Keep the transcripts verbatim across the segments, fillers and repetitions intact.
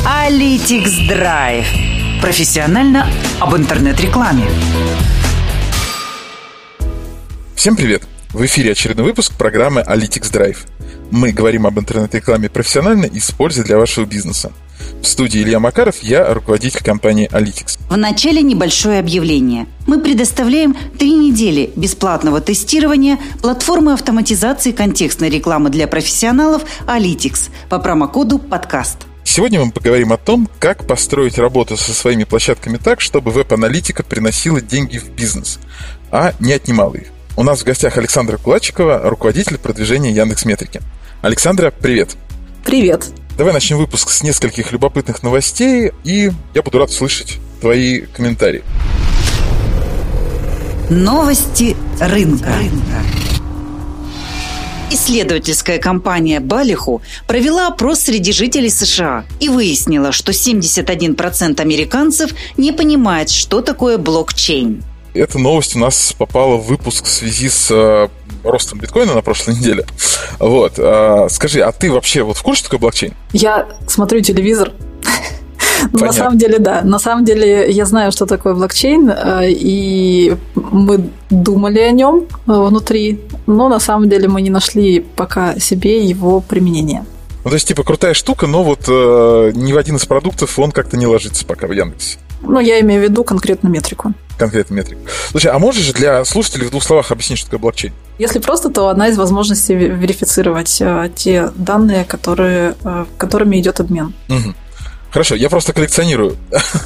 Analytics Drive. Профессионально об интернет-рекламе. Всем привет! В эфире очередной выпуск программы Analytics Drive. Мы говорим об интернет-рекламе профессионально и с пользой для вашего бизнеса. В студии Илья Макаров, я руководитель компании Analytics. В начале небольшое объявление. Мы предоставляем три недели бесплатного тестирования платформы автоматизации контекстной рекламы для профессионалов Analytics по промокоду «Подкаст». Сегодня мы поговорим о том, как построить работу со своими площадками так, чтобы веб-аналитика приносила деньги в бизнес, а не отнимала их. У нас в гостях Александра Кулачикова, руководитель продвижения Яндекс.Метрики. Александра, привет! Привет! Давай начнем выпуск с нескольких любопытных новостей, и я буду рад услышать твои комментарии. Новости рынка. Исследовательская компания Ballyhoo провела опрос среди жителей США и выяснила, что семьдесят один процент американцев не понимает, что такое блокчейн. Эта новость у нас попала в выпуск в связи с э, ростом биткоина на прошлой неделе. Вот. Э, скажи, а ты вообще вот в курсе, что такое блокчейн? Я смотрю телевизор. На самом деле, да. На самом деле, я знаю, что такое блокчейн, и мы думали о нем внутри, но на самом деле мы не нашли пока себе его применения. Ну, то есть, типа, крутая штука, но вот э, ни в один из продуктов он как-то не ложится пока в Яндексе. Ну, я имею в виду конкретно метрику. Конкретно метрику. Слушай, а можешь для слушателей в двух словах объяснить, что такое блокчейн? Если просто, то одна из возможностей верифицировать э, те данные, которые, э, которыми идет обмен. Угу. Хорошо, я просто коллекционирую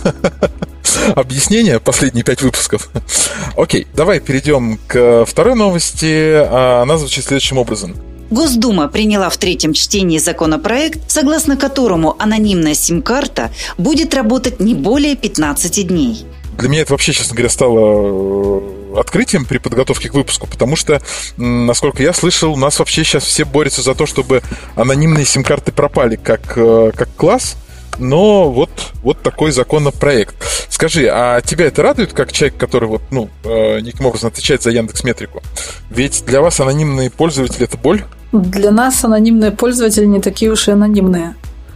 объяснения последние пять выпусков. Окей, давай перейдем к второй новости. Она звучит следующим образом. Госдума приняла в третьем чтении законопроект, согласно которому анонимная сим-карта будет работать не более пятнадцати дней. Для меня это вообще, честно говоря, стало открытием при подготовке к выпуску, потому что, насколько я слышал, у нас вообще сейчас все борются за то, чтобы анонимные сим-карты пропали как, как класс. Но вот, вот такой законопроект. Скажи, а тебя это радует, как человек, который вот, ну, э, неким образом отвечает за Яндекс.Метрику? Ведь для вас анонимные пользователи – это боль? Для нас анонимные пользователи не такие уж и анонимные.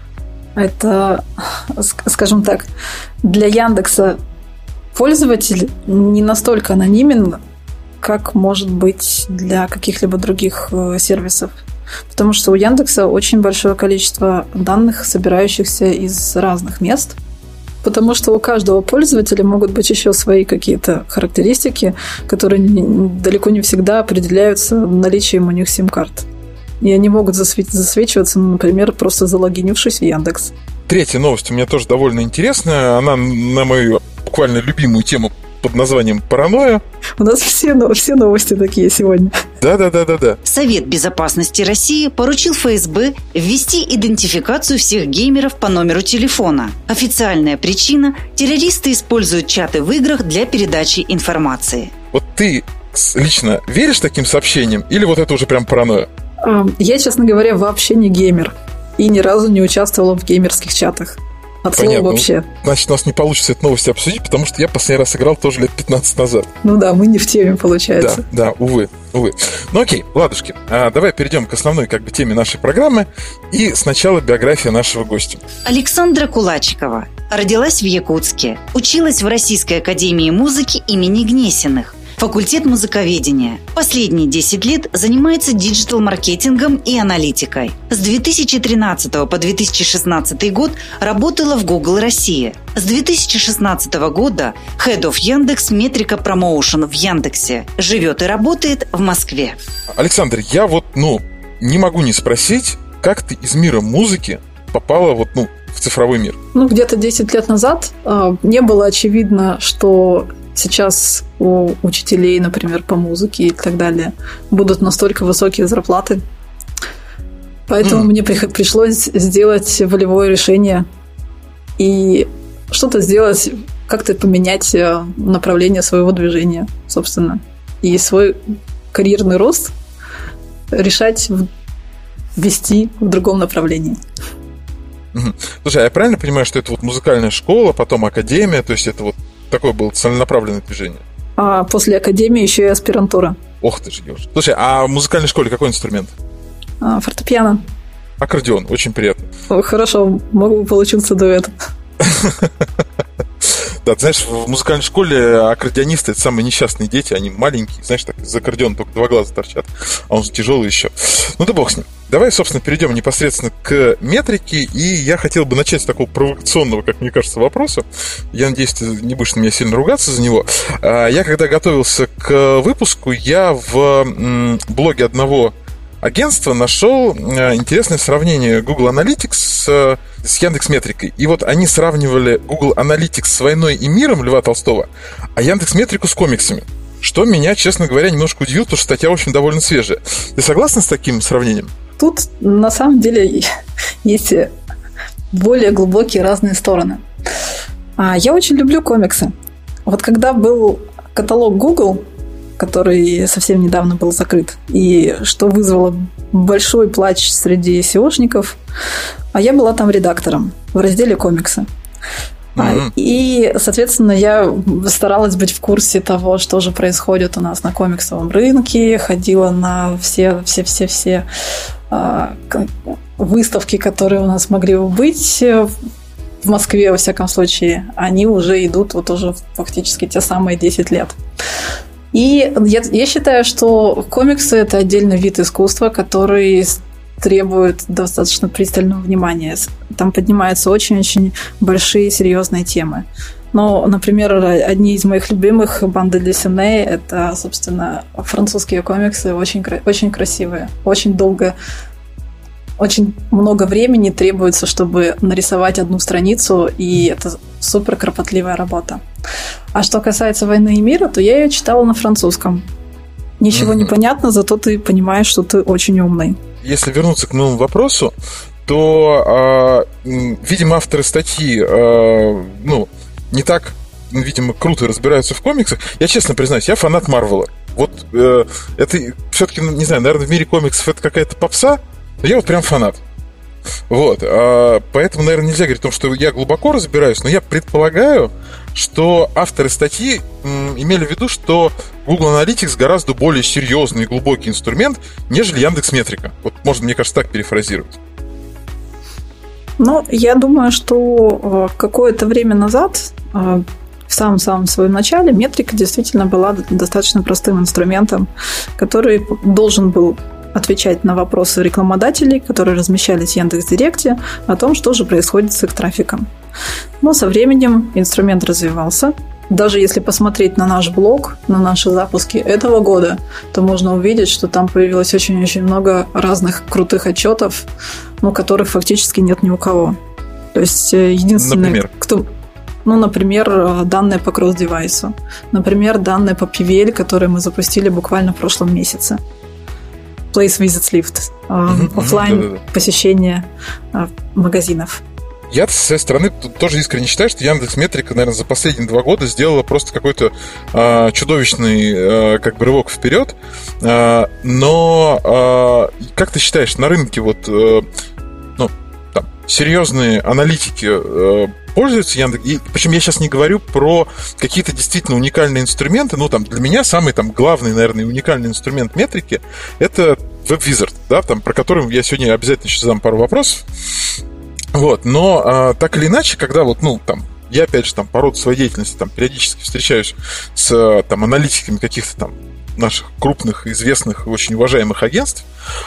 Это, скажем так, для Яндекса пользователь не настолько анонимен, как может быть для каких-либо других сервисов. Потому что у Яндекса очень большое количество данных, собирающихся из разных мест. Потому что у каждого пользователя могут быть еще свои какие-то характеристики, которые далеко не всегда определяются наличием у них сим-карт. И они могут засвечиваться, например, просто залогинившись в Яндекс. Третья новость у меня тоже довольно интересная. Она на мою буквально любимую тему под названием «Паранойя». У нас все, все новости такие сегодня. Да-да-да-да-да. Совет безопасности России поручил эф эс бэ ввести идентификацию всех геймеров по номеру телефона. Официальная причина – террористы используют чаты в играх для передачи информации. Вот ты лично веришь таким сообщениям или вот это уже прям паранойя? Я, честно говоря, вообще не геймер и ни разу не участвовала в геймерских чатах. От слова Понятно. вообще. Значит, у нас не получится эту новость обсудить, потому что я последний раз играл тоже лет пятнадцать назад. Ну да, мы не в теме, получается. Да, да, увы, увы. Ну окей, ладушки, а давай перейдем к основной как бы теме нашей программы. И сначала биография нашего гостя. Александра Кулачикова родилась в Якутске, училась в Российской академии музыки имени Гнесиных. Факультет музыковедения. Последние десять лет занимается диджитал-маркетингом и аналитикой. С две тысячи тринадцатого по две тысячи шестнадцатый год работала в Google Россия. С две тысячи шестнадцатого года Head of Яндекс Метрика Промоушен в Яндексе. Живет и работает в Москве. Александр, я вот, ну, не могу не спросить, как ты из мира музыки попала вот, ну, в цифровой мир? Ну, где-то десять лет назад э, не было очевидно, что сейчас у учителей, например, по музыке и так далее, будут настолько высокие зарплаты. Поэтому mm. мне при- пришлось сделать волевое решение и что-то сделать, как-то поменять направление своего движения, собственно. И свой карьерный рост решать, вести в другом направлении. Слушай, а я правильно понимаю, что это вот музыкальная школа, потом академия, то есть это вот такое было целенаправленное движение? А после академии еще и аспирантура. Ох ты ж, Ёж. Слушай, а в музыкальной школе какой инструмент? А, фортепиано. аккордеон, очень приятно. О, хорошо, могу получиться дуэт. Да, ты знаешь, в музыкальной школе аккордеонисты — это самые несчастные дети, они маленькие, знаешь, так из аккордеона только два глаза торчат, а он же тяжелый еще. Ну да бог с ним. Давай, собственно, перейдем непосредственно к метрике, и я хотел бы начать с такого провокационного, как мне кажется, вопроса. Я надеюсь, ты не будешь на меня сильно ругаться за него. Я, когда готовился к выпуску, я в блоге одного агентства нашел интересное сравнение Google Analytics с, с Яндекс.Метрикой. И вот они сравнивали Google Analytics с «Войной и миром» Льва Толстого, а Яндекс.Метрику с комиксами. Что меня, честно говоря, немножко удивило, потому что статья очень довольно свежая. Ты согласна с таким сравнением? Тут, на самом деле, есть более глубокие разные стороны. Я очень люблю комиксы. Вот когда был каталог Google, который совсем недавно был закрыт, и что вызвало большой плач среди сеошников, а я была там редактором в разделе комиксы. Mm-hmm. И, соответственно, я старалась быть в курсе того, что же происходит у нас на комиксовом рынке, ходила на все-все-все-все а, выставки, которые у нас могли бы быть в Москве, во всяком случае. Они уже идут вот уже фактически те самые десять лет. И я, я считаю, что комиксы – это отдельный вид искусства, который требует достаточно пристального внимания. Там поднимаются очень-очень большие серьезные темы. Но, например, одни из моих любимых банды Дисней – это, собственно, французские комиксы, очень, очень красивые, очень долго, очень много времени требуется, чтобы нарисовать одну страницу, и это супер кропотливая работа. А что касается «Войны и мира», то я ее читала на французском. Ничего mm-hmm. не понятно, зато ты понимаешь, что ты очень умный. Если вернуться к моему вопросу, то, э, видимо, авторы статьи, э, ну, не так, видимо, круто разбираются в комиксах. Я честно признаюсь, я фанат Марвела. Вот э, это все-таки, не знаю, наверное, в мире комиксов это какая-то попса, но я вот прям фанат. Вот, а, поэтому, наверное, нельзя говорить о том, что я глубоко разбираюсь, но я предполагаю, что авторы статьи м, имели в виду, что Google Analytics гораздо более серьезный и глубокий инструмент, нежели Яндекс.Метрика. Вот можно, мне кажется, так перефразировать. Ну, я думаю, что какое-то время назад, в самом-самом своем начале, метрика действительно была достаточно простым инструментом, который должен был отвечать на вопросы рекламодателей, которые размещались в Яндекс.Директе, о том, что же происходит с их трафиком. Но со временем инструмент развивался. Даже если посмотреть на наш блог, на наши запуски этого года, то можно увидеть, что там появилось очень-очень много разных крутых отчетов, ну, которых фактически нет ни у кого. То есть единственное, например? кто... Ну, например, данные по кросс-девайсу. Например, данные по пи ви эл, которые мы запустили буквально в прошлом месяце. Place Visits Lift, mm-hmm, офлайн mm-hmm, посещение магазинов. Я со своей стороны тоже искренне считаю, что Яндекс.Метрика, наверное, за последние два года сделала просто какой-то э, чудовищный э, как бы рывок вперед. Э, но э, как ты считаешь, на рынке вот э, ну, там, серьезные аналитики э, пользуются Яндекс? И, причем я сейчас не говорю про какие-то действительно уникальные инструменты. Ну, там, для меня самый там, главный, наверное, уникальный инструмент метрики — это WebWizard, да, там, про который я сегодня обязательно еще задам пару вопросов. Вот, но а, так или иначе, когда вот, ну, там, я, опять же, там, по роду своей деятельности там, периодически встречаюсь с там, аналитиками каких-то там наших крупных, известных, очень уважаемых агентств,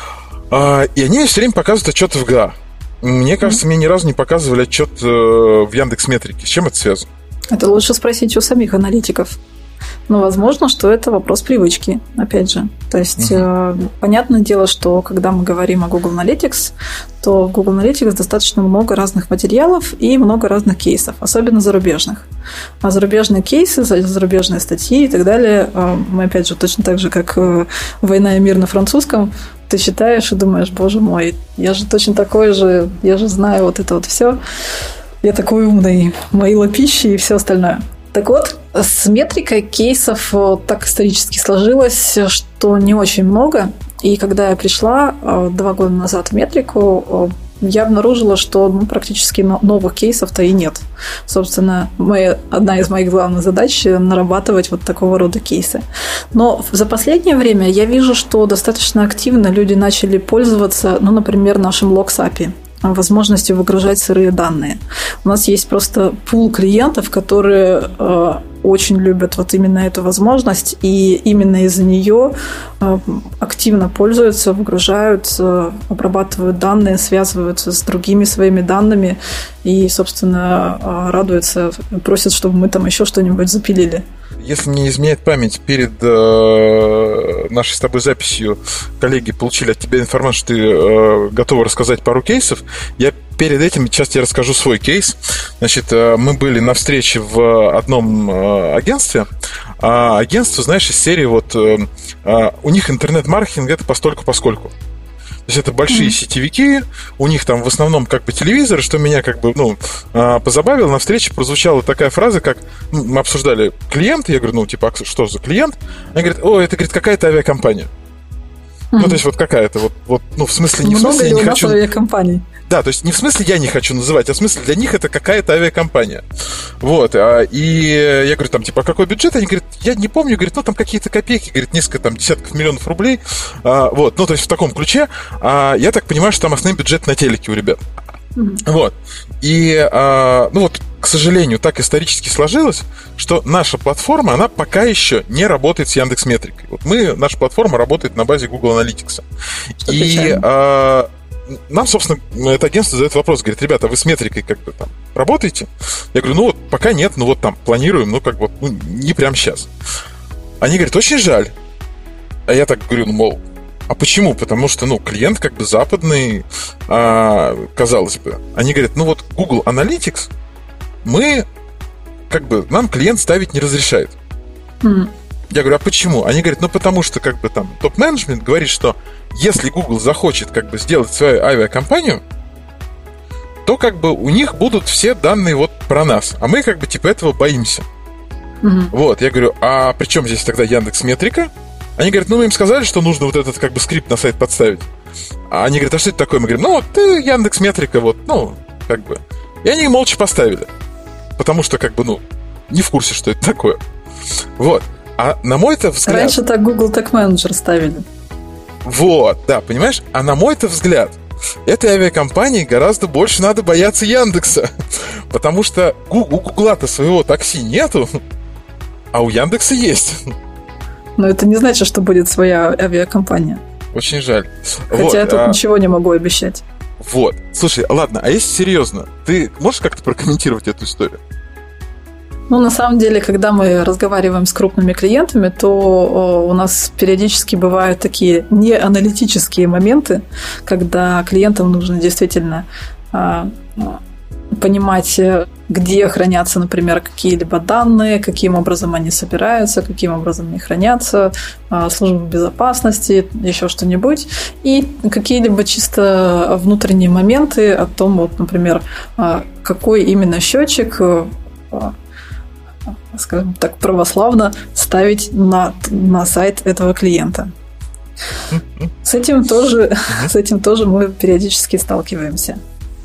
а, и они мне все время показывают отчеты в ГА. Мне кажется, mm-hmm. мне ни разу не показывали отчет э, в Яндекс.Метрике. С чем это связано? Это лучше спросить у самих аналитиков. Но возможно, что это вопрос привычки, опять же. То есть, uh-huh. э, понятное дело, что когда мы говорим о Google Analytics, то в Google Analytics достаточно много разных материалов и много разных кейсов, особенно зарубежных. А зарубежные кейсы, зарубежные статьи и так далее, э, мы, опять же, точно так же, как э, «Война и мир» на французском, ты читаешь и думаешь, боже мой, я же точно такой же, я же знаю вот это вот все, я такой умный, мои лапищи и все остальное. Так вот, с метрикой кейсов так исторически сложилось, что не очень много. И когда я пришла два года назад в метрику, я обнаружила, что ну, практически новых кейсов-то и нет. Собственно, моя, одна из моих главных задач – нарабатывать вот такого рода кейсы. Но за последнее время я вижу, что достаточно активно люди начали пользоваться, ну, например, нашим Logs-эй пи ай, возможностью выгружать сырые данные. У нас есть просто пул клиентов, которые э, очень любят вот именно эту возможность, и именно из-за нее э, активно пользуются, выгружают, э, обрабатывают данные, связываются с другими своими данными и, собственно, э, радуются, просят, чтобы мы там еще что-нибудь запилили. Если не изменяет память, перед э, нашей с тобой записью коллеги получили от тебя информацию, что ты э, готова рассказать пару кейсов. Я перед этим сейчас тебе расскажу свой кейс. Значит, э, мы были на встрече в одном э, агентстве. А агентство, знаешь, из серии вот э, э, у них интернет-маркетинг это постольку-поскольку. То есть это большие mm-hmm. сетевики, у них там в основном как бы телевизоры, что меня как бы, ну, позабавило. На встрече прозвучала такая фраза, как мы обсуждали клиента, я говорю, ну, типа, что за клиент? Они говорят, о, это, говорит, какая-то авиакомпания. Mm-hmm. Ну, то есть вот какая-то, вот, вот, ну, в смысле, не Много в смысле, ли я не у нас хочу... авиакомпаний? Да, то есть не в смысле я не хочу называть, а в смысле для них это какая-то авиакомпания. Вот, и я говорю, там, типа, а какой бюджет? Они говорят, я не помню, говорит, ну, там какие-то копейки, говорит, несколько там десятков миллионов рублей. Вот, ну, то есть в таком ключе. Я так понимаю, что там основной бюджет на телеке у ребят. Mm-hmm. Вот, и, ну, вот, к сожалению, так исторически сложилось, что наша платформа, она пока еще не работает с Яндекс.Метрикой. Вот мы, наша платформа работает на базе Google Analytics. Что и... Нам, собственно, это агентство задает вопрос, говорит, ребята, вы с метрикой как бы там работаете? Я говорю, ну вот пока нет, ну вот там планируем, ну как бы ну, не прямо сейчас. Они говорят, очень жаль. А я так говорю, ну мол, а почему? Потому что, ну, клиент как бы западный, а, казалось бы. Они говорят, ну вот Google Analytics мы как бы нам клиент ставить не разрешает. Mm. Я говорю, а почему? Они говорят, ну потому что как бы там топ-менеджмент говорит, что если Google захочет как бы сделать свою авиакомпанию, то как бы у них будут все данные вот про нас, а мы как бы типа этого боимся. Mm-hmm. Вот, я говорю, а при чем здесь тогда Яндекс.Метрика? Они говорят, ну мы им сказали, что нужно вот этот как бы скрипт на сайт подставить. А они говорят, а что это такое? Мы говорим, ну вот ты Яндекс.Метрика, вот, ну, как бы. И они молча поставили. Потому что как бы, ну, не в курсе, что это такое. Вот. А на мой-то взгляд... Раньше так Google Tag Manager ставили. Вот, да, понимаешь? А на мой-то взгляд, этой авиакомпании гораздо больше надо бояться Яндекса. Потому что у Гугла-то своего такси нету, а у Яндекса есть. Но это не значит, что будет своя авиакомпания. Очень жаль. Хотя вот, я тут а... ничего не могу обещать. Вот. Слушай, ладно, а если серьезно, ты можешь как-то прокомментировать эту историю? Ну, на самом деле, когда мы разговариваем с крупными клиентами, то у нас периодически бывают такие неаналитические моменты, когда клиентам нужно действительно понимать, где хранятся, например, какие-либо данные, каким образом они собираются, каким образом они хранятся, службы безопасности, еще что-нибудь, и какие-либо чисто внутренние моменты о том, вот, например, какой именно счетчик, скажем так, православно ставить на, на сайт этого клиента. С этим тоже, с этим тоже мы периодически сталкиваемся.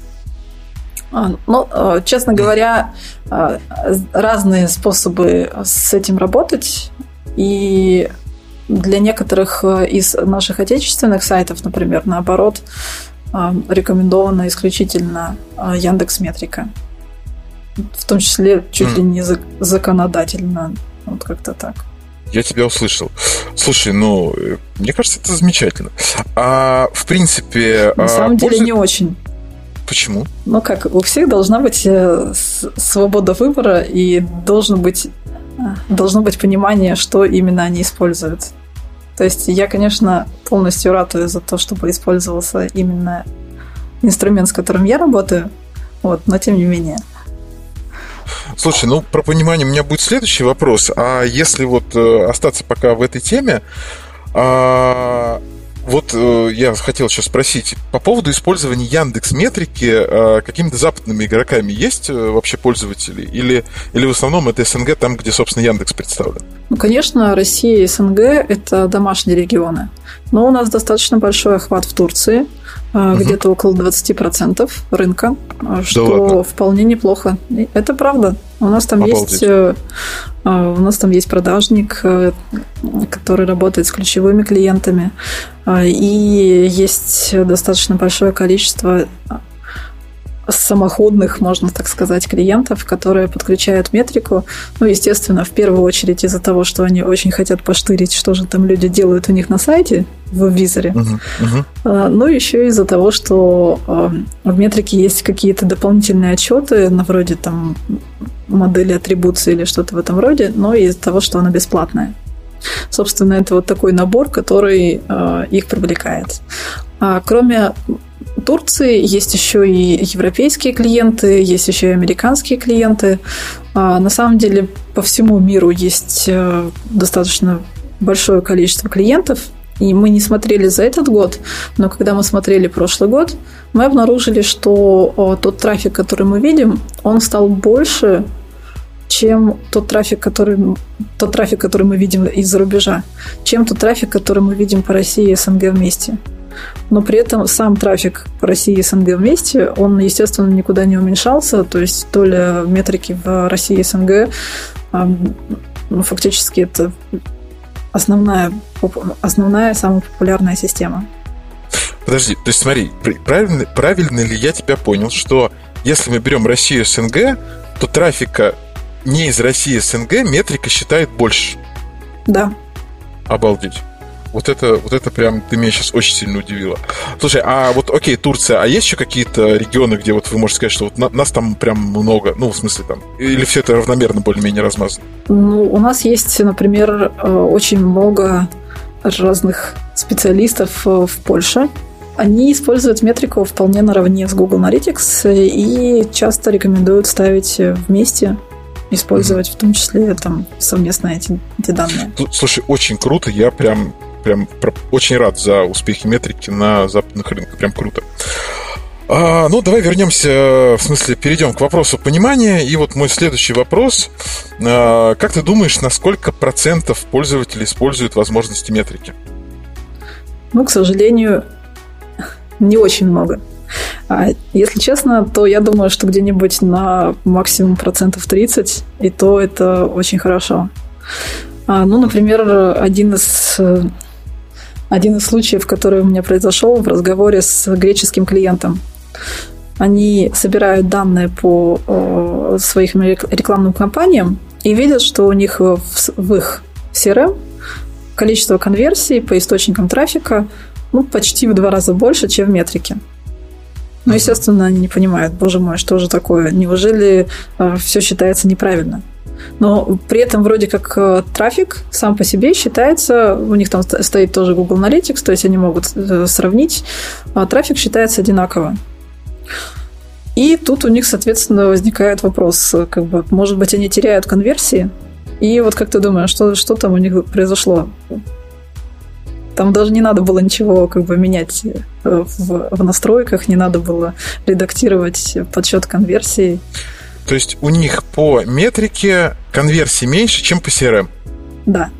Ну, честно говоря, разные способы с этим работать, и для некоторых из наших отечественных сайтов, например, наоборот, рекомендована исключительно Яндекс.Метрика. В том числе чуть mm. ли не законодательно. Вот как-то так. Я тебя услышал. Слушай, ну, мне кажется, это замечательно. А в принципе... На самом пользу... деле не очень. Почему? Ну как, у всех должна быть свобода выбора и должен быть, должно быть понимание, что именно они используют. То есть я, конечно, полностью ратую за то, чтобы использовался именно инструмент, с которым я работаю, вот, но тем не менее. Слушай, ну, про понимание у меня будет следующий вопрос. А если вот э, остаться пока в этой теме, э, вот э, я хотел еще спросить, по поводу использования Яндекс.Метрики э, какими-то западными игроками есть э, вообще пользователи? Или, или в основном это СНГ, там, где, собственно, Яндекс представлен? Ну, конечно, Россия и СНГ – это домашние регионы. Но у нас достаточно большой охват в Турции, угу. где-то около двадцать процентов рынка, что да вполне неплохо. Это правда. У нас там Обалдеть. есть у нас там есть продажник, который работает с ключевыми клиентами, и есть достаточно большое количество самоходных, можно так сказать, клиентов, которые подключают метрику. Ну, естественно, в первую очередь из-за того, что они очень хотят поштырить, что же там люди делают у них на сайте, в визоре. Uh-huh, uh-huh. Ну, еще из-за того, что в метрике есть какие-то дополнительные отчеты, на вроде там модели атрибуции или что-то в этом роде, но из-за того, что она бесплатная. Собственно, это вот такой набор, который их привлекает. А кроме Турции есть еще и европейские клиенты, есть еще и американские клиенты. На самом деле по всему миру есть достаточно большое количество клиентов, и мы не смотрели за этот год, но когда мы смотрели прошлый год, мы обнаружили, что тот трафик, который мы видим, он стал больше, чем тот трафик, который, тот трафик, который мы видим из-за рубежа, чем тот трафик, который мы видим по России и СНГ вместе. Но при этом сам трафик по России и СНГ вместе, он, естественно, никуда не уменьшался. То есть доля метрики в России и СНГ, ну, фактически это основная, основная, самая популярная система. Подожди, то есть смотри, правильно, правильно ли я тебя понял, что если мы берем Россию и СНГ, то трафика не из России и СНГ метрика считает больше? Да. Обалдеть. Вот это, вот это прям ты меня сейчас очень сильно удивила. Слушай, а вот окей, Турция, а есть еще какие-то регионы, где вот вы можете сказать, что вот на, нас там прям много, ну, в смысле там, или все это равномерно более-менее размазано? Ну, у нас есть, например, очень много разных специалистов в Польше. Они используют метрику вполне наравне с Google Analytics и часто рекомендуют ставить вместе, использовать mm-hmm. в том числе там совместно эти, эти данные. Слушай, очень круто, я прям Прям очень рад за успехи метрики на западных рынках. Прям круто. А, ну, давай вернемся, в смысле, перейдем к вопросу понимания. И вот мой следующий вопрос. А, как ты думаешь, на сколько процентов пользователей используют возможности метрики? Ну, к сожалению, не очень много. А если честно, то я думаю, что где-нибудь на максимум процентов тридцать, и то это очень хорошо. А, ну, например, один из... Один из случаев, который у меня произошел в разговоре с греческим клиентом. Они собирают данные по о, своим рекламным кампаниям и видят, что у них в, в их си эр эм количество конверсий по источникам трафика ну, почти в два раза больше, чем в метрике. Ну, естественно, они не понимают, боже мой, что же такое? Неужели э, все считается неправильно? Но при этом вроде как э, трафик сам по себе считается, у них там стоит тоже Google Analytics, то есть они могут э, сравнить, а трафик считается одинаково. И тут у них, соответственно, возникает вопрос, как бы, может быть, они теряют конверсии? И вот как ты думаешь, что, что там у них произошло? Там даже не надо было ничего как бы менять в, в настройках, не надо было редактировать подсчет конверсий. То есть у них по метрике конверсии меньше, чем по си эр эм? Да.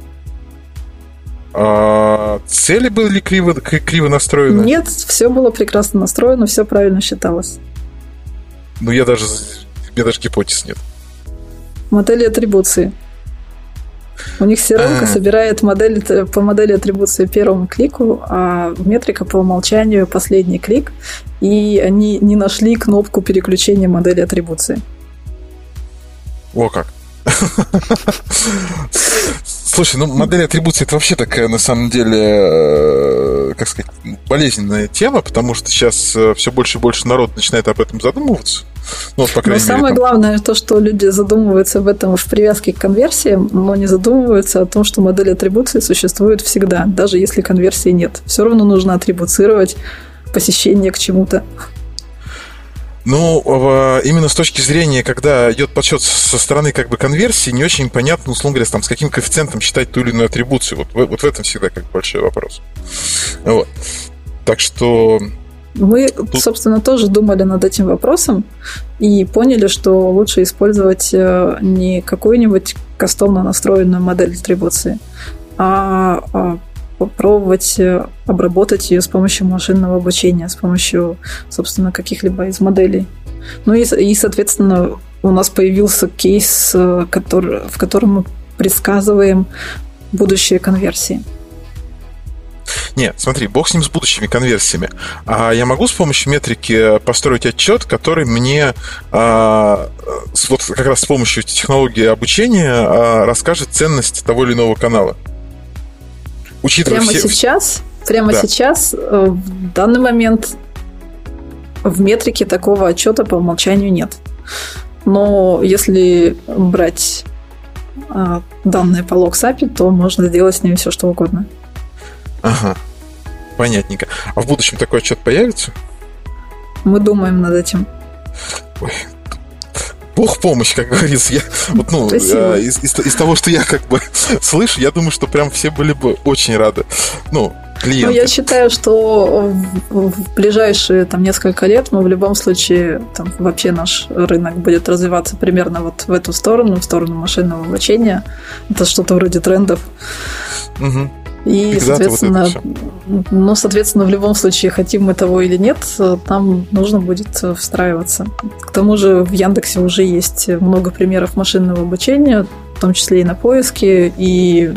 А цели были криво, криво настроены? Нет, все было прекрасно настроено, все правильно считалось. Ну, я даже... У меня даже гипотез нет. Модели атрибуции. У них си эр эм-ка собирает модель, по модели атрибуции первому клику, а метрика по умолчанию последний клик, и они не нашли кнопку переключения модели атрибуции. О, как! Слушай, ну модель атрибуции это вообще такая, на самом деле, как сказать, болезненная тема, потому что сейчас все больше и больше народ начинает об этом задумываться. Ну, вот, по крайней но мере, самое там... главное то, что люди задумываются об этом в привязке к конверсиям, но не задумываются о том, что модель атрибуции существует всегда, даже если конверсии нет. Все равно нужно атрибуцировать посещение к чему-то. Ну, именно с точки зрения, когда идет подсчет со стороны как бы конверсии, не очень понятно, условно говоря, там, с каким коэффициентом считать ту или иную атрибуцию. Вот, вот в этом всегда как бы большой вопрос. Вот. Так что... Мы, Тут... собственно, тоже думали над этим вопросом и поняли, что лучше использовать не какую-нибудь кастомно настроенную модель атрибуции, а попробовать обработать ее с помощью машинного обучения, с помощью, собственно, каких-либо из моделей. Ну и, и соответственно, у нас появился кейс, который, в котором мы предсказываем будущие конверсии. Нет, смотри, бог с ним, с будущими конверсиями. А я могу с помощью метрики построить отчет, который мне а, вот как раз с помощью технологии обучения а, расскажет ценность того или иного канала? Учитывая прямо все... сейчас, прямо да. сейчас, в данный момент в метрике такого отчета по умолчанию нет. Но если брать а, данные по логсапи, то можно сделать с ними все, что угодно. Ага, понятненько. А в будущем такой отчет появится? Мы думаем над этим. Ой, бог помощь, как говорится. Я, вот, ну, из, из, из того, что я как бы слышу, я думаю, что прям все были бы очень рады. Ну, клиенты. Ну, я считаю, что в, в ближайшие там, несколько лет мы в любом случае, там, вообще наш рынок будет развиваться примерно вот в эту сторону, в сторону машинного обучения. Это что-то вроде трендов. Угу. И, Big соответственно, вот ну, соответственно, в любом случае, хотим мы того или нет, нам нужно будет встраиваться. К тому же в Яндексе уже есть много примеров машинного обучения, в том числе и на поиске, и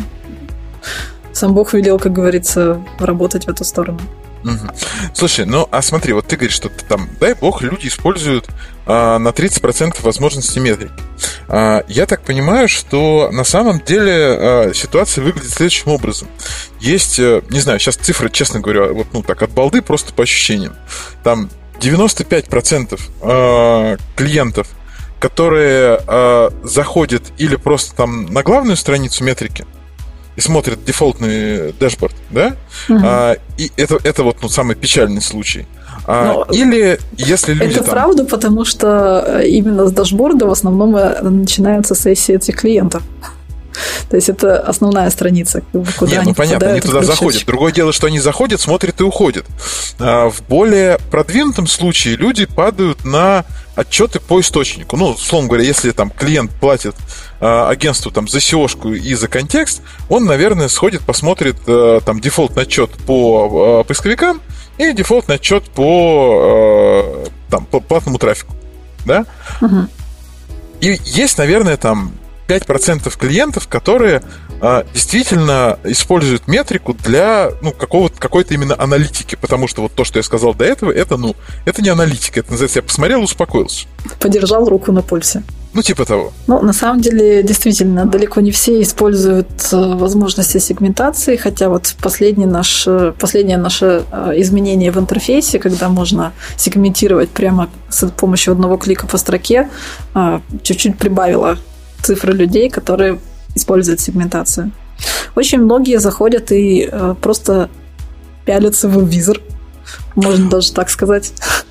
сам Бог велел, как говорится, работать в эту сторону. Угу. Слушай, ну а смотри, вот ты говоришь, что там, дай бог, люди используют а, на тридцать процентов возможностей метрики. А, я так понимаю, что на самом деле а, ситуация выглядит следующим образом. Есть, не знаю, сейчас цифры, честно говоря, вот ну так от балды, просто по ощущениям. Там девяносто пять процентов а, клиентов, которые а, заходят или просто там на главную страницу метрики и смотрят дефолтный дэшборд, да? Угу. А, и это, это вот ну, самый печальный случай. А, или если люди это там... правда, потому что именно с дашборда в основном начинаются сессии этих клиентов. То есть это основная страница, куда Нет, они ну понятно, они туда заходят. Другое дело, что они заходят, смотрят и уходят. А в более продвинутом случае люди падают на отчеты по источнику. Ну, условно говоря, если там клиент платит а, агентству там, за сеошку и за контекст, он, наверное, сходит, посмотрит а, там дефолтный отчет по а, поисковикам и дефолтный отчет по, а, там, по платному трафику. Да? Угу. И есть, наверное, там пять процентов клиентов, которые а, действительно используют метрику для ну, какого-то, какой-то именно аналитики, потому что вот то, что я сказал до этого, это, ну, это не аналитика, это называется, я посмотрел, успокоился. Подержал руку на пульсе. Ну, типа того. Ну, на самом деле, действительно, далеко не все используют возможности сегментации, хотя вот последний наш, последнее наше изменение в интерфейсе, когда можно сегментировать прямо с помощью одного клика по строке, чуть-чуть прибавило цифры людей, которые используют сегментацию. Очень многие заходят и э, просто пялятся в визор, можно даже так сказать,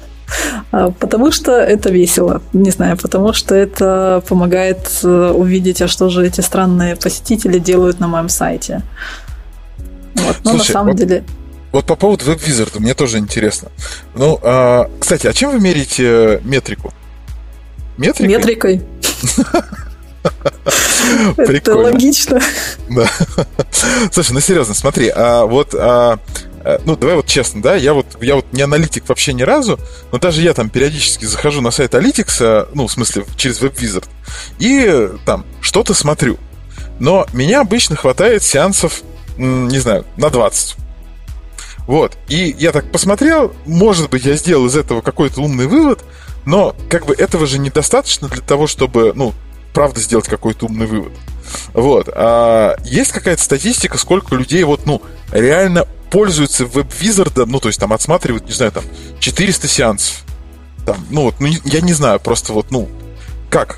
потому что это весело, не знаю, потому что это помогает увидеть, а что же эти странные посетители делают на моем сайте. Вот. Но Слушай, на самом вот, деле... Вот по поводу веб-визарда мне тоже интересно. Ну, а, кстати, а чем вы меряете метрику? Метрикой? Метрикой. Это логично. Да. Слушай, ну серьезно, смотри, а вот, а, ну давай вот честно, да, я вот, я вот не аналитик вообще ни разу, но даже я там периодически захожу на сайт Analytics, ну в смысле через WebWizard, и там что-то смотрю. Но меня обычно хватает сеансов, не знаю, на двадцать. Вот, и я так посмотрел, может быть, я сделал из этого какой-то умный вывод, но как бы этого же недостаточно для того, чтобы, ну, правда сделать какой-то умный вывод. Вот. А есть какая-то статистика, сколько людей вот, ну, реально пользуются веб-визардом, ну, то есть там отсматривают, не знаю, там, четыреста сеансов. Там, ну, вот, ну, я не знаю, просто вот, ну, как?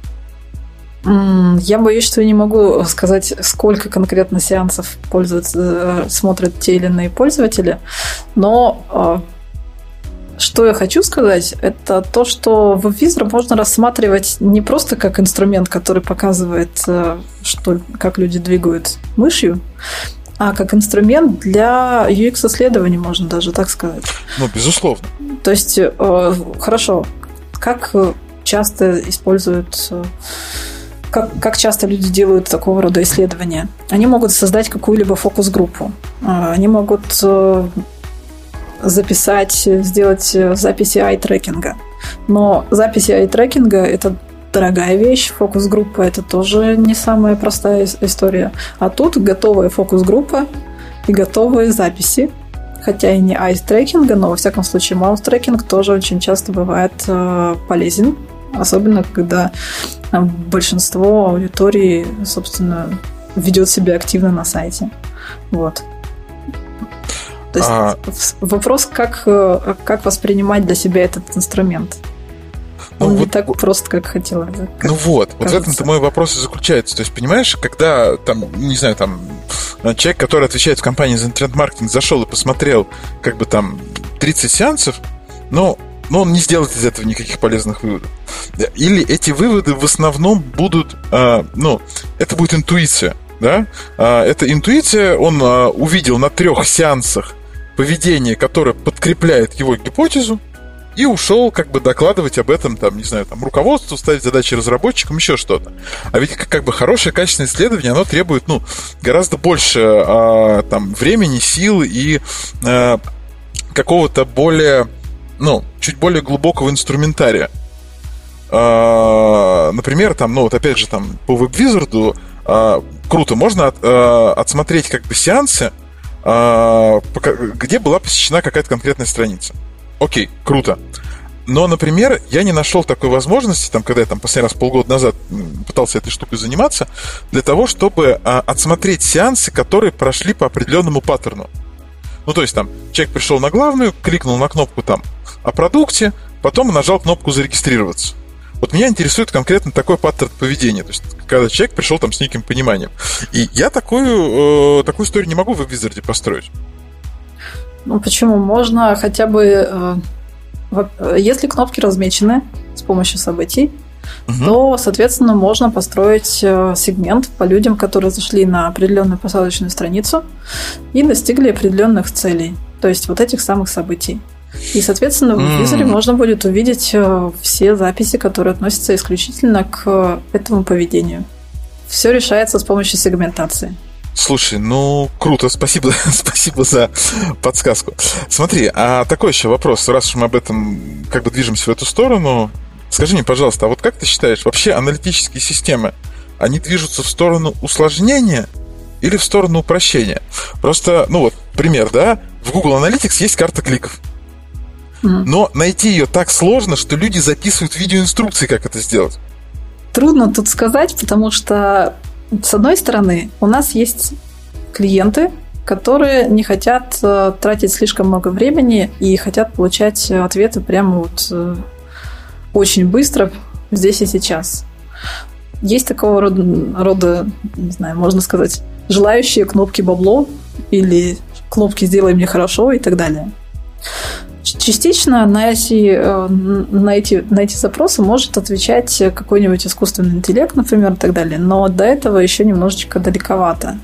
Я боюсь, что я не могу сказать, сколько конкретно сеансов пользуются, смотрят те или иные пользователи, но... Что я хочу сказать, это то, что веб-визор можно рассматривать не просто как инструмент, который показывает, что, как люди двигают мышью, а как инструмент для ю экс-исследований, можно даже так сказать. Ну, безусловно. То есть, хорошо, как часто используют... Как, как часто люди делают такого рода исследования? Они могут создать какую-либо фокус-группу. они могут записать, сделать записи ай-трекинга. Но записи ай-трекинга – это дорогая вещь, фокус-группа – это тоже не самая простая история. А тут готовая фокус-группа и готовые записи. Хотя и не айс-трекинга, но во всяком случае маус-трекинг тоже очень часто бывает э, полезен. Особенно, когда э, большинство аудитории, собственно, ведет себя активно на сайте. Вот. То есть а... вопрос, как, как воспринимать для себя этот инструмент. Он ну, не вот, так просто, как хотелось. Как ну вот, кажется. Вот в этом-то мой вопрос и заключается. То есть, понимаешь, когда там, не знаю, там человек, который отвечает в компании за интернет-маркетинг, зашел и посмотрел как бы там тридцать сеансов, но, но он не сделает из этого никаких полезных выводов. Или эти выводы в основном будут, а, ну, это будет интуиция, да? А, это интуиция, он а, увидел на трех сеансах поведение, которое подкрепляет его гипотезу, и ушел как бы докладывать об этом, там, не знаю, там, руководству, ставить задачи разработчикам, еще что-то. А ведь как бы хорошее качественное исследование, оно требует, ну, гораздо больше а, там, времени, сил и а, какого-то более, ну, чуть более глубокого инструментария. А, например, там, ну, вот опять же, там, по WebWizard а, круто, можно от, а, отсмотреть как бы сеансы, а, где была посещена какая-то конкретная страница. Окей, круто. Но, например, я не нашел такой возможности, там, когда я там, последний раз полгода назад пытался этой штукой заниматься, для того, чтобы а, отсмотреть сеансы, которые прошли по определенному паттерну. Ну, то есть, там, человек пришел на главную, кликнул на кнопку там о продукте, потом нажал кнопку «Зарегистрироваться». Вот меня интересует конкретно такой паттерн поведения. То есть, когда человек пришел там с неким пониманием. И я такую, э, такую историю не могу в WebWizard построить. Ну, почему? Можно хотя бы... Если кнопки размечены с помощью событий, угу. то, соответственно, можно построить сегмент по людям, которые зашли на определенную посадочную страницу и достигли определенных целей. То есть вот этих самых событий. И, соответственно, в WebWizard mm. можно будет увидеть все записи, которые относятся исключительно к этому поведению. Все решается с помощью сегментации. Слушай, ну, круто, спасибо, спасибо за подсказку. Смотри, а такой еще вопрос, раз уж мы об этом как бы движемся в эту сторону, скажи мне, пожалуйста, а вот как ты считаешь, вообще аналитические системы, они движутся в сторону усложнения или в сторону упрощения? Просто, ну вот, пример, да, в Google Analytics есть карта кликов, mm. но найти ее так сложно, что люди записывают видеоинструкции, как это сделать. Трудно тут сказать, потому что с одной стороны, у нас есть клиенты, которые не хотят э, тратить слишком много времени и хотят получать ответы прямо вот э, очень быстро, здесь и сейчас. Есть такого рода, рода, не знаю, можно сказать, желающие кнопки бабло или кнопки «Сделай мне хорошо» и так далее. Частично на эти, на, эти, на эти запросы может отвечать какой-нибудь искусственный интеллект, например, и так далее, но до этого еще немножечко далековато.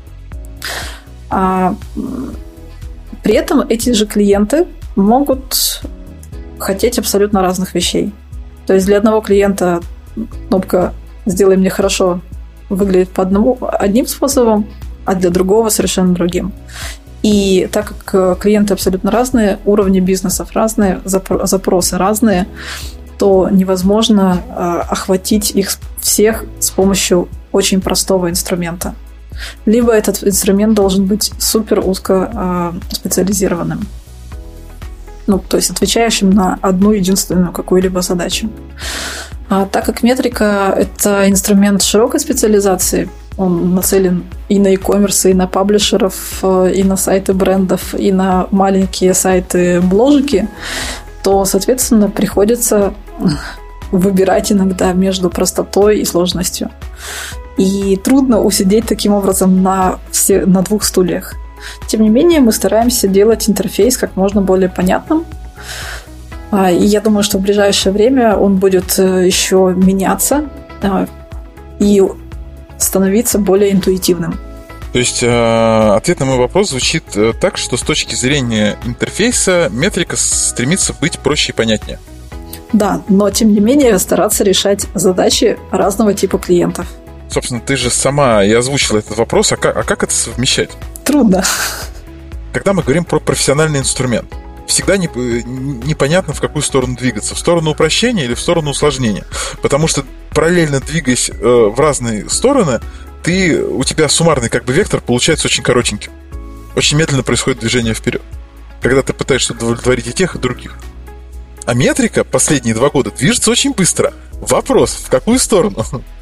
А, при этом эти же клиенты могут хотеть абсолютно разных вещей. То есть для одного клиента кнопка «Сделай мне хорошо» выглядит по одному, одним способом, а для другого совершенно другим. И так как клиенты абсолютно разные, уровни бизнесов разные, запросы разные, то невозможно охватить их всех с помощью очень простого инструмента. Либо этот инструмент должен быть супер узко специализированным. Ну, то есть отвечающим на одну единственную какую-либо задачу. А так как метрика – это инструмент широкой специализации, он нацелен и на e-commerce, и на паблишеров, и на сайты брендов, и на маленькие сайты-бложики, то, соответственно, приходится выбирать иногда между простотой и сложностью. И трудно усидеть таким образом на, все, на двух стульях. Тем не менее, мы стараемся делать интерфейс как можно более понятным. И я думаю, что в ближайшее время он будет еще меняться и становиться более интуитивным. То есть э, ответ на мой вопрос звучит э, так, что с точки зрения интерфейса метрика стремится быть проще и понятнее. Да, но тем не менее стараться решать задачи разного типа клиентов. Собственно, ты же сама и озвучила этот вопрос, а как, а как это совмещать? Трудно. Когда мы говорим про профессиональный инструмент, всегда не, непонятно, в какую сторону двигаться. В сторону упрощения или в сторону усложнения. Потому что параллельно двигаясь э, в разные стороны, ты, у тебя суммарный как бы вектор получается очень коротеньким. Очень медленно происходит движение вперед, когда ты пытаешься удовлетворить и тех, и других. А метрика последние два года движется очень быстро. Вопрос, в какую сторону?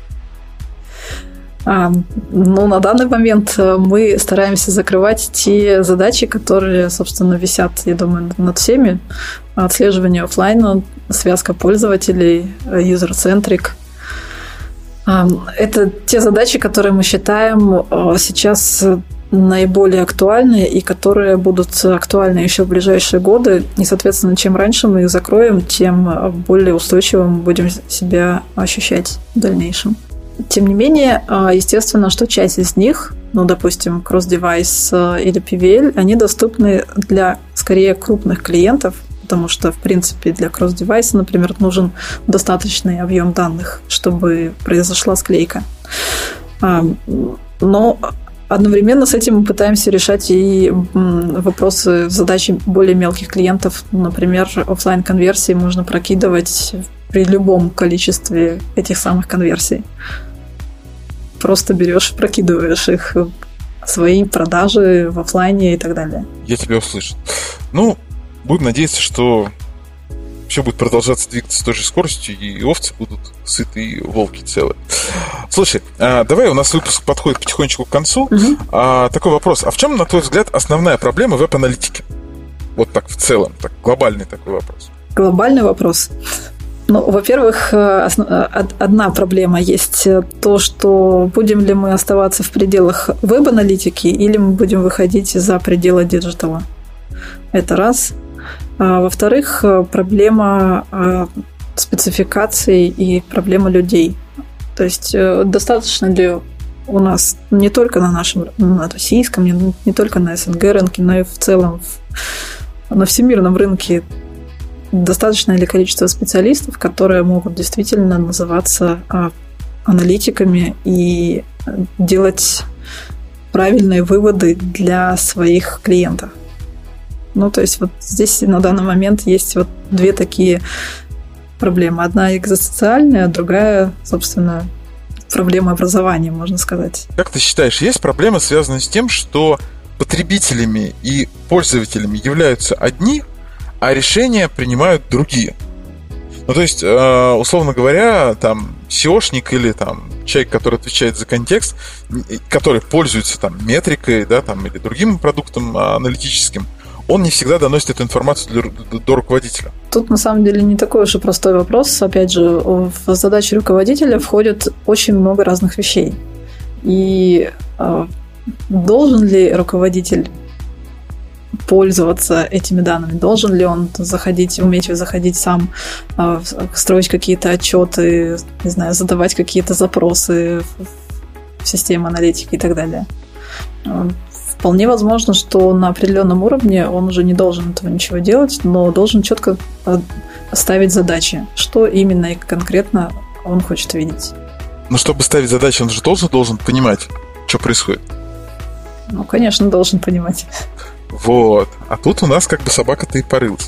А, ну, на данный момент мы стараемся закрывать те задачи, которые, собственно, висят, я думаю, над всеми. Отслеживание офлайна, связка пользователей, user-centric. Это те задачи, которые мы считаем сейчас наиболее актуальны и которые будут актуальны еще в ближайшие годы. И, соответственно, чем раньше мы их закроем, тем более устойчиво мы будем себя ощущать в дальнейшем. Тем не менее, естественно, что часть из них, ну, допустим, кросс-девайс или пи ви эл, они доступны для, скорее, крупных клиентов, потому что, в принципе, для кросс-девайса, например, нужен достаточный объем данных, чтобы произошла склейка. Но одновременно с этим мы пытаемся решать и вопросы, задачи более мелких клиентов. Например, офлайн-конверсии можно прокидывать при любом количестве этих самых конверсий. Просто берешь, прокидываешь их, свои продажи в офлайне и так далее. Я тебя услышал. Ну, будем надеяться, что все будет продолжаться двигаться с той же скоростью, и овцы будут сыты, и волки целые. Слушай, давай, у нас выпуск подходит потихонечку к концу. Угу. А, такой вопрос. А в чем, на твой взгляд, основная проблема веб-аналитики? Вот так в целом, так глобальный такой вопрос. Глобальный вопрос. Ну, во-первых, одна проблема есть то, что будем ли мы оставаться в пределах веб-аналитики или мы будем выходить за пределы диджитала. Это раз. А во-вторых, проблема спецификаций и проблема людей. То есть достаточно ли у нас не только на нашем на российском, не, не только на СНГ рынке, но и в целом в, на всемирном рынке достаточное ли количество специалистов, которые могут действительно называться аналитиками и делать правильные выводы для своих клиентов. Ну, то есть вот здесь на данный момент есть вот две такие проблемы. Одна экзистенциальная, другая, собственно, проблема образования, можно сказать. Как ты считаешь, есть проблема, связанная с тем, что потребителями и пользователями являются одни, а решения принимают другие? Ну, то есть, условно говоря, там, сеошник или там человек, который отвечает за контекст, который пользуется там метрикой, да, там, или другим продуктом аналитическим, он не всегда доносит эту информацию до, до руководителя. Тут, на самом деле, не такой уж и простой вопрос. Опять же, в задачи руководителя входит очень много разных вещей. И э, должен ли руководитель пользоваться этими данными? Должен ли он заходить, уметь заходить сам, э, строить какие-то отчеты, не знаю, задавать какие-то запросы в систему аналитики и так далее? Вполне возможно, что на определенном уровне он уже не должен этого ничего делать, но должен четко ставить задачи, что именно и конкретно он хочет видеть. Но чтобы ставить задачи, он же должен, должен понимать, что происходит. Ну, конечно, должен понимать. Вот. А тут у нас как бы собака-то и порылась.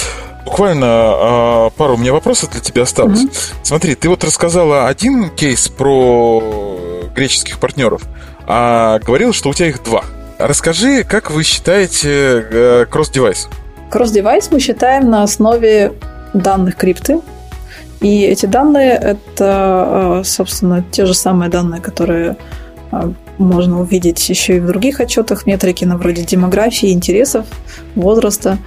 Буквально пару у меня вопросов для тебя осталось. Mm-hmm. Смотри, ты вот рассказала один кейс про греческих партнеров, а говорила, что у тебя их два. Расскажи, как вы считаете кросс-девайс? Кросс-девайс мы считаем на основе данных крипты. И эти данные – это, собственно, те же самые данные, которые можно увидеть еще и в других отчетах, метрики на вроде демографии, интересов, возраста.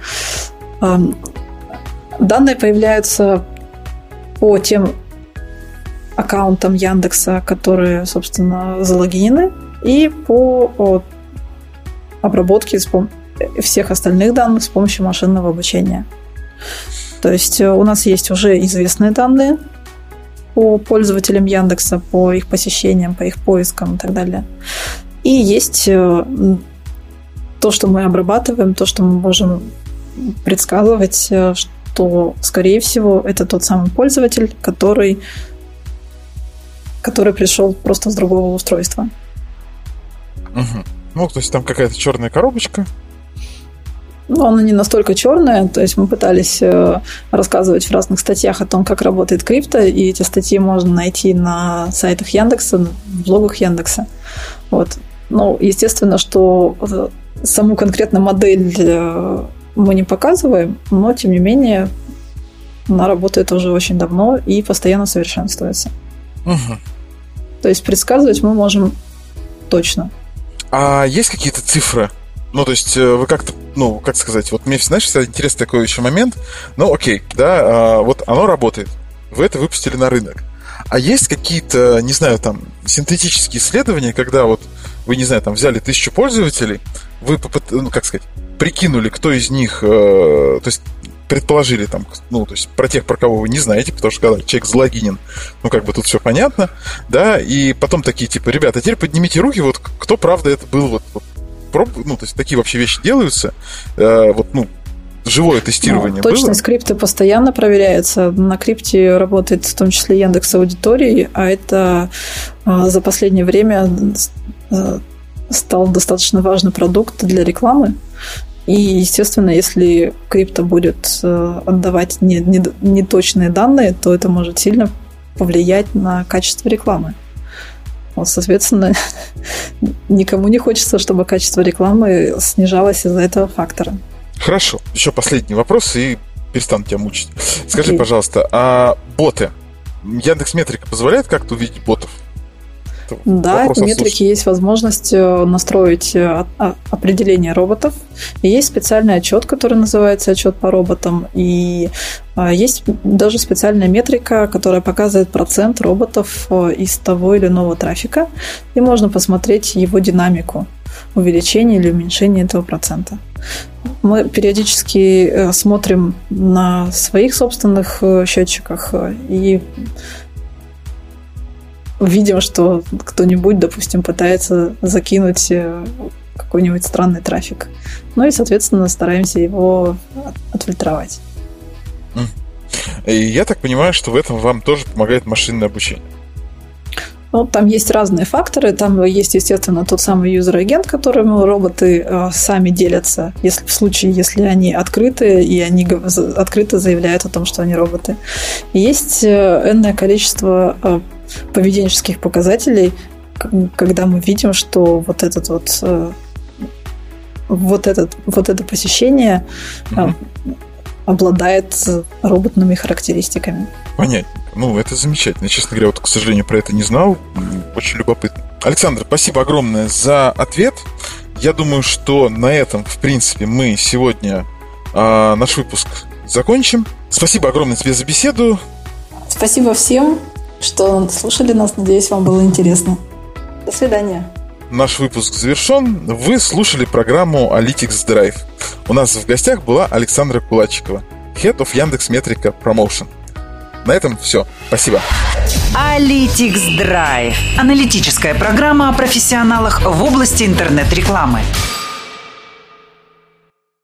Данные появляются по тем аккаунтам Яндекса, которые, собственно, залогинены, и по обработки всех остальных данных с помощью машинного обучения. То есть у нас есть уже известные данные по пользователям Яндекса, по их посещениям, по их поискам и так далее. И есть то, что мы обрабатываем, то, что мы можем предсказывать, что, скорее всего, это тот самый пользователь, который, который пришел просто с другого устройства. Угу. Ну, то есть там какая-то черная коробочка. Ну, она не настолько черная, то есть мы пытались рассказывать в разных статьях о том, как работает крипто, и эти статьи можно найти на сайтах Яндекса, в блогах Яндекса. Вот. Ну, естественно, что саму конкретную модель мы не показываем, но, тем не менее, она работает уже очень давно и постоянно совершенствуется. Угу. То есть предсказывать мы можем точно. А есть какие-то цифры? Ну, то есть вы как-то, ну, как сказать, вот мне, знаешь, всегда интересный такой еще момент. Ну, окей, да, а, вот оно работает. Вы это выпустили на рынок. А есть какие-то, не знаю, там, синтетические исследования, когда вот вы, не знаю, там, взяли тысячу пользователей, вы, ну, как сказать, прикинули, кто из них, э, то есть предположили там, ну, то есть про тех, про кого вы не знаете, потому что когда человек залогинен, ну, как бы тут все понятно, да, и потом такие, типа, ребята, теперь поднимите руки, вот кто, правда, это был, вот, вот проб, ну, то есть такие вообще вещи делаются, э, вот, ну, живое тестирование ну, было? Точность крипты постоянно проверяется. На крипте работает в том числе Яндекс.Аудитории, а это э, за последнее время э, стал достаточно важный продукт для рекламы. И, естественно, если крипто будет отдавать неточные данные, то это может сильно повлиять на качество рекламы. Вот, соответственно, никому не хочется, чтобы качество рекламы снижалось из-за этого фактора. Хорошо. Еще последний вопрос, и перестану тебя мучить. Скажи, Окей. пожалуйста, а боты? Яндекс.Метрика позволяет как-то увидеть ботов? Да, в метрике есть возможность настроить определение роботов. И есть специальный отчет, который называется отчет по роботам. И есть даже специальная метрика, которая показывает процент роботов из того или иного трафика. И можно посмотреть его динамику, увеличение или уменьшение этого процента. Мы периодически смотрим на своих собственных счетчиках и видим, что кто-нибудь, допустим, пытается закинуть какой-нибудь странный трафик. Ну и, соответственно, стараемся его отфильтровать. И я так понимаю, что в этом вам тоже помогает машинное обучение. Ну, там есть разные факторы. Там есть, естественно, тот самый юзер-агент, которому роботы э, сами делятся, если, в случае, если они открыты, и они открыто заявляют о том, что они роботы. И есть э, энное количество э, поведенческих показателей, когда мы видим, что вот этот вот э, вот, этот, вот это посещение э, mm-hmm. обладает роботными характеристиками. Понятно. Ну, это замечательно. Я, честно говоря, вот, к сожалению, про это не знал. Очень любопытно. Александр, спасибо огромное за ответ. Я думаю, что на этом, в принципе, мы сегодня э, наш выпуск закончим. Спасибо огромное тебе за беседу. Спасибо всем, что слушали нас. Надеюсь, вам было интересно. До свидания. Наш выпуск завершен. Вы слушали программу Analytics Drive. У нас в гостях была Александра Кулачикова, Head of Яндекс.Метрика Promotion. На этом все. Спасибо. Analytics Drive. Аналитическая программа о профессионалах в области интернет-рекламы.